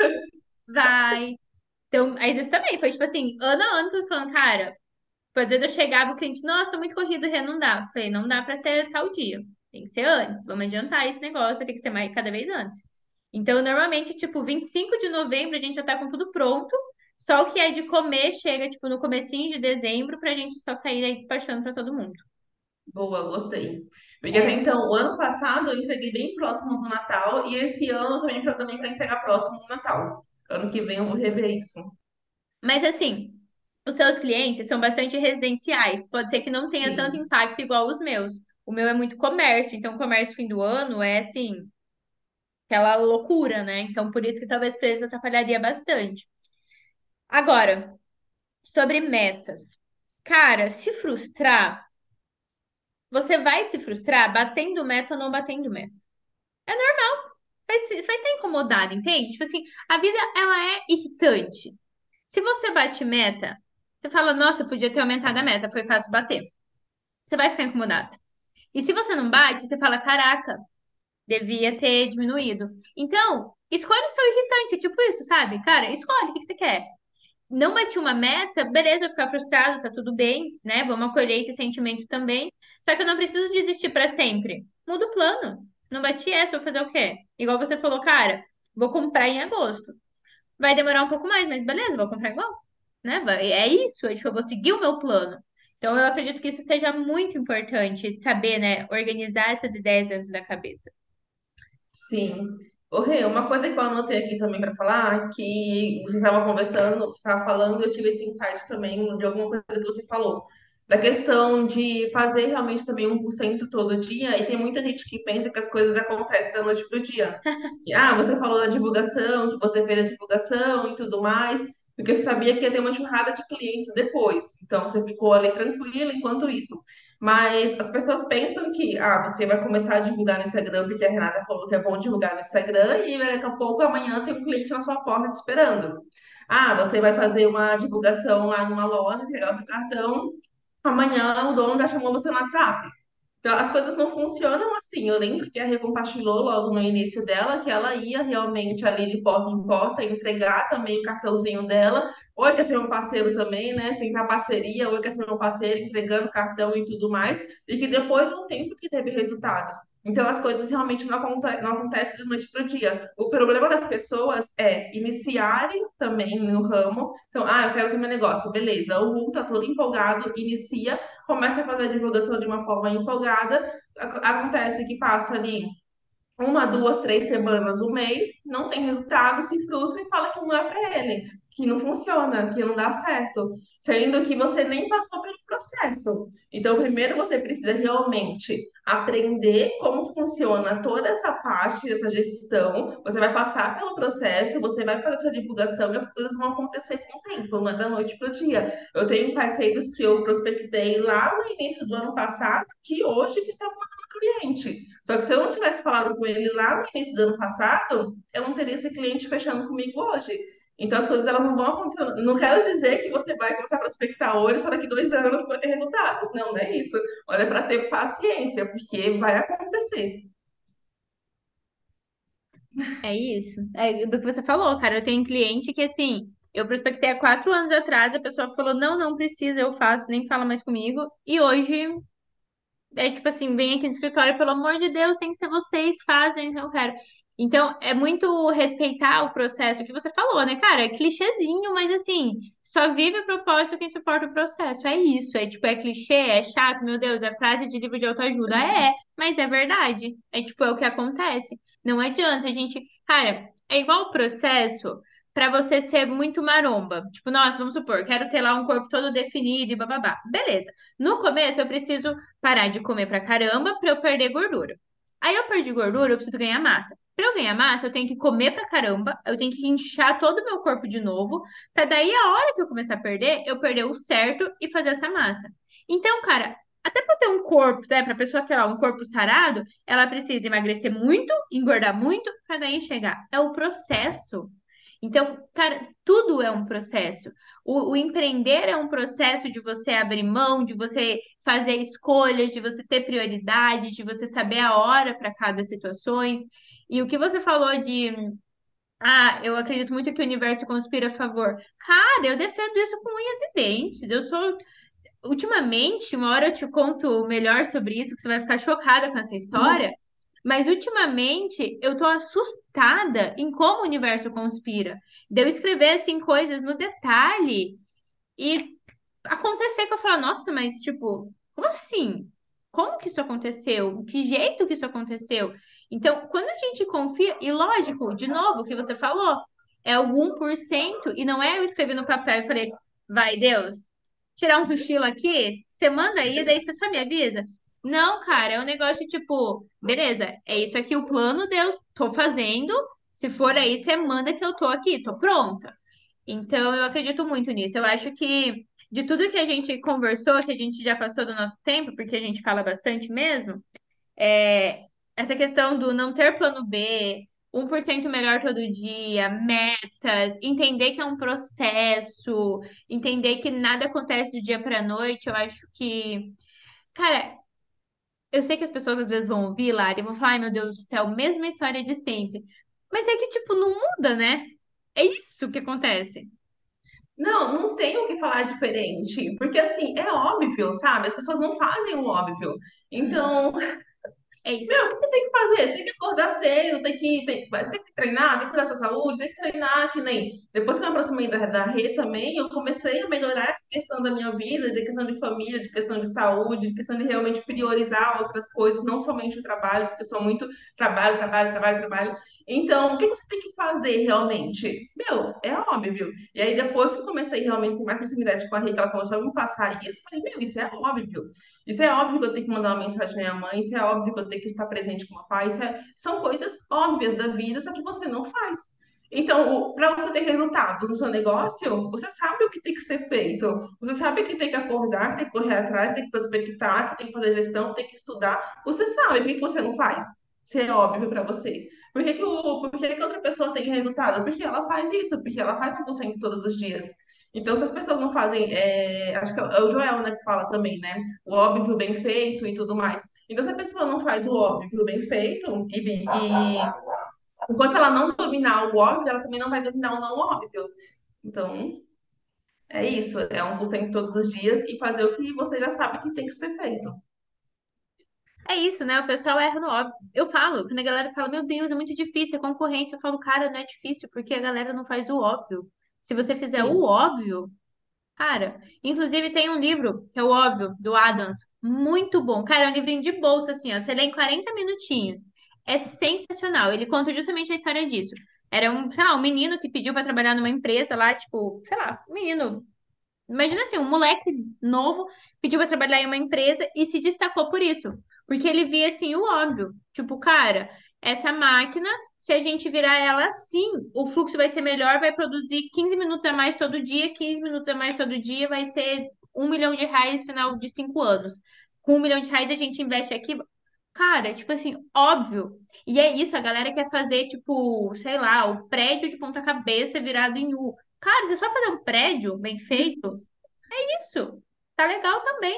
Vai. Então, aí isso também foi tipo assim, ano a ano que eu falando, cara, às vezes eu chegava o cliente, nossa, tô muito corrido, Rê, não dá. Eu falei, não dá pra ser tal dia. Tem que ser antes. Vamos adiantar esse negócio, vai ter que ser mais cada vez antes. Então, normalmente, tipo, 25 de novembro a gente já tá com tudo pronto. Só o que é de comer chega, tipo, no comecinho de dezembro pra gente só sair aí despachando pra todo mundo. Boa, gostei. Porque até É. então, o ano passado eu entreguei bem próximo do Natal e esse ano eu também programei para entregar próximo do Natal. Ano que vem eu vou rever isso. Mas assim, os seus clientes são bastante residenciais. Pode ser que não tenha tanto Sim, impacto igual os meus. O meu é muito comércio, então comércio fim do ano é assim, aquela loucura, né? Então por isso que talvez preço atrapalharia bastante. Agora, sobre metas. Cara, se frustrar, você vai se frustrar batendo meta ou não batendo meta. Você vai estar incomodado, entende? Tipo assim, a vida ela é irritante. Se você bate meta, você fala, nossa, podia ter aumentado a meta, foi fácil bater. Você vai ficar incomodado. E se você não bate, você fala, caraca, devia ter diminuído. Então, escolhe o seu irritante, tipo isso, sabe? Cara, escolhe o que que você quer. Não bati uma meta, beleza, eu vou ficar frustrado, tá tudo bem, né? Vamos acolher esse sentimento também. Só que eu não preciso desistir pra sempre. Muda o plano. Não bati essa, vou fazer o quê? Igual você falou, cara, vou comprar em agosto. Vai demorar um pouco mais, mas beleza, vou comprar igual, né? É isso, tipo, eu vou seguir o meu plano. Então, eu acredito que isso seja muito importante, saber, né, organizar essas ideias dentro da cabeça. sim. Ô, Rê, uma coisa que eu anotei aqui também para falar, que você estava conversando, você estava falando, eu tive esse insight também de alguma coisa que você falou, da questão de fazer realmente também 1% todo dia, e tem muita gente que pensa que as coisas acontecem da noite pro dia. E, você falou da divulgação, que você fez a divulgação e tudo mais, porque você sabia que ia ter uma enxurrada de clientes depois, então você ficou ali tranquila enquanto isso. Mas as pessoas pensam que você vai começar a divulgar no Instagram, porque a Renata falou que é bom divulgar no Instagram, e daqui a pouco amanhã tem um cliente na sua porta te esperando. Você vai fazer uma divulgação lá numa loja, entregar o seu cartão, amanhã o dono já chamou você no WhatsApp. Então, as coisas não funcionam assim. Eu lembro que a Rê compartilhou logo no início dela que ela ia realmente ali de porta em porta entregar também o cartãozinho dela. Oi, quer ser meu parceiro também, né? Tentar parceria, oi, quer ser meu parceiro, entregando cartão e tudo mais, e que depois de um tempo que teve resultados. Então as coisas realmente não acontecem da noite para o dia. O problema das pessoas é iniciarem também no ramo. Então, eu quero ter meu negócio, beleza. O Hu tá todo empolgado, inicia, começa a fazer a divulgação de uma forma empolgada. Acontece que passa ali uma, duas, três semanas, um mês, não tem resultado, se frustra e fala que não é para ele, que não funciona, que não dá certo, sendo que você nem passou pelo processo. Então, primeiro você precisa realmente aprender como funciona toda essa parte, essa gestão. Você vai passar pelo processo, você vai fazer sua divulgação e as coisas vão acontecer com o tempo, não é da noite para o dia. Eu tenho parceiros que eu prospectei lá no início do ano passado, que hoje que estão mandando cliente. Só que se eu não tivesse falado com ele lá no início do ano passado, eu não teria esse cliente fechando comigo hoje. Então as coisas elas não vão acontecer. Não quero dizer que você vai começar a prospectar hoje, só daqui 2 anos vai ter resultados. Não, não é isso. Olha, para ter paciência, porque vai acontecer. É isso. É do que você falou, cara. Eu tenho cliente que, assim, eu prospectei há 4 anos atrás, a pessoa falou, não, não precisa, eu faço, nem fala mais comigo. E hoje é tipo assim, vem aqui no escritório, pelo amor de Deus, tem que ser vocês, fazem, então eu quero. Então, é muito respeitar o processo que você falou, né, cara? É clichêzinho, mas assim, só vive o propósito quem suporta o processo. É isso. É tipo, é clichê, é chato, meu Deus, é frase de livro de autoajuda. Mas é verdade. É tipo, é o que acontece. Não adianta, a gente. Cara, é igual o processo pra você ser muito maromba. Tipo, nossa, vamos supor, quero ter lá um corpo todo definido e bababá. Beleza. No começo, eu preciso parar de comer pra caramba pra eu perder gordura. Aí eu perdi gordura, eu preciso ganhar massa. Pra eu ganhar massa, eu tenho que comer pra caramba, eu tenho que inchar todo o meu corpo de novo, pra daí a hora que eu começar a perder, eu perder o certo e fazer essa massa. Então, cara, até pra ter um corpo, né, pra pessoa ter lá um corpo sarado, ela precisa emagrecer muito, engordar muito, pra daí chegar. É o processo. Então, cara, tudo é um processo. O empreender é um processo de você abrir mão, de você fazer escolhas, de você ter prioridades, de você saber a hora para cada situações. E o que você falou de, eu acredito muito que o universo conspira a favor. Cara, eu defendo isso com unhas e dentes. Eu sou, ultimamente, uma hora eu te conto melhor sobre isso, que você vai ficar chocada com essa história. Mas ultimamente eu tô assustada em como o universo conspira. De eu escrever assim coisas no detalhe e acontecer que eu falo, nossa, mas tipo, como assim? Como que isso aconteceu? Que jeito que isso aconteceu? Então, quando a gente confia, e lógico, de novo, o que você falou, é o 1% e não é eu escrever no papel e falei, vai, Deus, tirar um cochilo aqui, você manda aí, daí você só me avisa. Não, cara, é um negócio tipo, beleza, é isso aqui o plano, Deus, tô fazendo. Se for aí, você manda que eu tô aqui, tô pronta. Então, eu acredito muito nisso. Eu acho que de tudo que a gente conversou, que a gente já passou do nosso tempo, porque a gente fala bastante mesmo, é essa questão do não ter plano B, 1% melhor todo dia, metas, entender que é um processo, entender que nada acontece do dia para a noite, eu acho que, cara, eu sei que as pessoas às vezes vão ouvir, Lari, e vão falar, ai meu Deus do céu, mesma história de sempre. Mas é que, tipo, não muda, né? É isso que acontece. Não, não tem o que falar diferente, porque assim, é óbvio, sabe? As pessoas não fazem o óbvio. Então, É meu, o isso. que você tem que fazer? Tem que acordar cedo, tem que treinar, tem que cuidar da sua saúde, tem que treinar, que nem. Depois que eu me aproximei da Rê também, eu comecei a melhorar essa questão da minha vida, de questão de família, de questão de saúde, de questão de realmente priorizar outras coisas, não somente o trabalho, porque eu sou muito trabalho, trabalho, trabalho, trabalho. Então, o que você tem que fazer realmente? Meu, é óbvio. E aí, depois que eu comecei realmente a ter mais proximidade com a Rê, que ela começou a me passar isso, eu falei, meu, isso é óbvio. Isso é óbvio que eu tenho que mandar uma mensagem à minha mãe, isso é óbvio que eu tenho que estar presente com o papai, são coisas óbvias da vida, só que você não faz. Então, para você ter resultados no seu negócio, você sabe o que tem que ser feito. Você sabe que tem que acordar, que tem que correr atrás, tem que prospectar, que tem que fazer gestão, tem que estudar. Você sabe, por que que você não faz? Se é óbvio para você. Por que que outra pessoa tem resultado? Porque ela faz isso, porque ela faz 1% todos os dias. Então, se as pessoas não fazem, acho que é o Joel, né, que fala também, né? O óbvio bem feito e tudo mais. Então, se a pessoa não faz o óbvio bem feito, e enquanto ela não dominar o óbvio, ela também não vai dominar o não óbvio. Então, É isso, é 1% todos os dias e fazer o que você já sabe que tem que ser feito. É isso, né? O pessoal erra no óbvio. Eu falo, quando a galera fala, meu Deus, é muito difícil, é concorrência. Eu falo, cara, não é difícil, porque a galera não faz o óbvio. Se você fizer o Sim. óbvio, cara. Inclusive tem um livro, que é o Óbvio, do Adams, muito bom. Cara, é um livrinho de bolsa, assim, ó. Você lê em 40 minutinhos. É sensacional. Ele conta justamente a história disso. Era um, sei lá, um menino que pediu pra trabalhar numa empresa lá, tipo, sei lá, um menino. Imagina assim, um moleque novo pediu pra trabalhar em uma empresa e se destacou por isso. Porque ele via assim o óbvio. Tipo, cara, essa máquina, se a gente virar ela assim, o fluxo vai ser melhor, vai produzir 15 minutos a mais todo dia, 15 minutos a mais todo dia, vai ser R$ 1 milhão no final de 5 anos. Com R$ 1 milhão a gente investe aqui. Cara, tipo assim, óbvio. E é isso, a galera quer fazer, tipo, sei lá, o prédio de ponta cabeça virado em U. Cara, você só fazer um prédio bem feito isso. Tá legal também.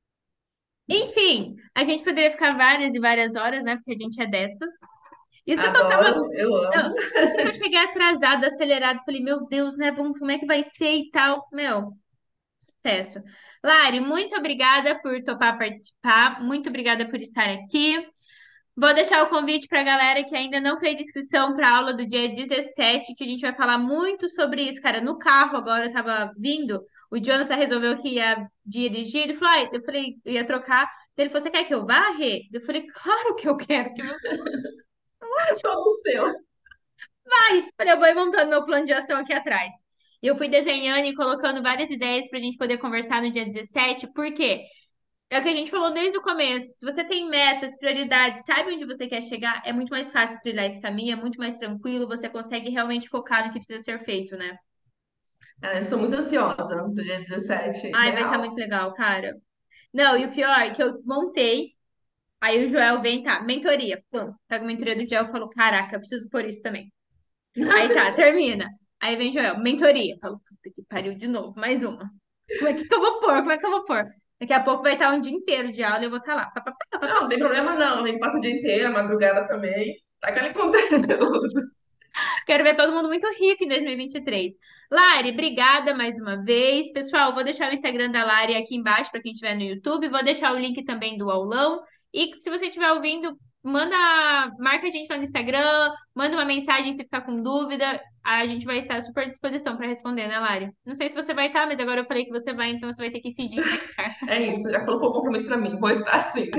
Enfim, a gente poderia ficar várias e várias horas, né? Porque a gente é dessas. Isso que eu tava. Adoro, eu amo. Não, isso que eu cheguei atrasada, acelerado. Falei, meu Deus, né? Como é que vai ser e tal? Meu, sucesso. Lari, muito obrigada por topar participar. Muito obrigada por estar aqui. Vou deixar o convite para a galera que ainda não fez inscrição para a aula do dia 17, que a gente vai falar muito sobre isso, cara. No carro agora eu tava vindo, o Jonathan resolveu que ia dirigir, ele falou, eu falei, eu ia trocar. Ele falou, você quer que eu vá, Rê? Eu falei, claro que eu quero que você Todo seu. vai. Falei, eu vou ir montando meu plano de ação aqui atrás. E eu fui desenhando e colocando várias ideias para a gente poder conversar no dia 17, por quê? É o que a gente falou desde o começo. Se você tem metas, prioridades, sabe onde você quer chegar, é muito mais fácil trilhar esse caminho, é muito mais tranquilo, você consegue realmente focar no que precisa ser feito, né? Ah, eu estou muito ansiosa do dia 17, Ai, vai estar real. muito legal, cara. Não, e o pior é que eu montei, aí o Joel vem, tá, mentoria. Pum, pega a mentoria do Joel e falou, caraca, eu preciso pôr isso também. Aí tá, termina. Aí vem Joel, mentoria. Eu falo, puta que pariu de novo, mais uma. Como é que eu vou pôr? Como é que eu vou pôr? Daqui a pouco vai estar um dia inteiro de aula e eu vou estar lá. Pá, pá, pá, pá, pá. Não, não tem problema não. A gente passa o dia inteiro, a madrugada também. Tá aquele conteúdo. Quero ver todo mundo muito rico em 2023. Lari, obrigada mais uma vez. Pessoal, vou deixar o Instagram da Lari aqui embaixo para quem estiver no YouTube. Vou deixar o link também do aulão. E se você estiver ouvindo, marca a gente lá no Instagram, manda uma mensagem se ficar com dúvida. A gente vai estar super à disposição para responder, né, Lari? Não sei se você vai estar, mas agora eu falei que você vai, então você vai ter que fingir que vai estar. É isso, já colocou o compromisso pra mim. Vou estar assim.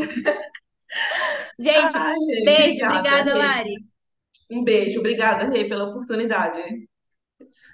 Gente, Ai, Rê, beijo, obrigada, obrigada, Rê. Lari. Um beijo. Obrigada, Rê, pela oportunidade.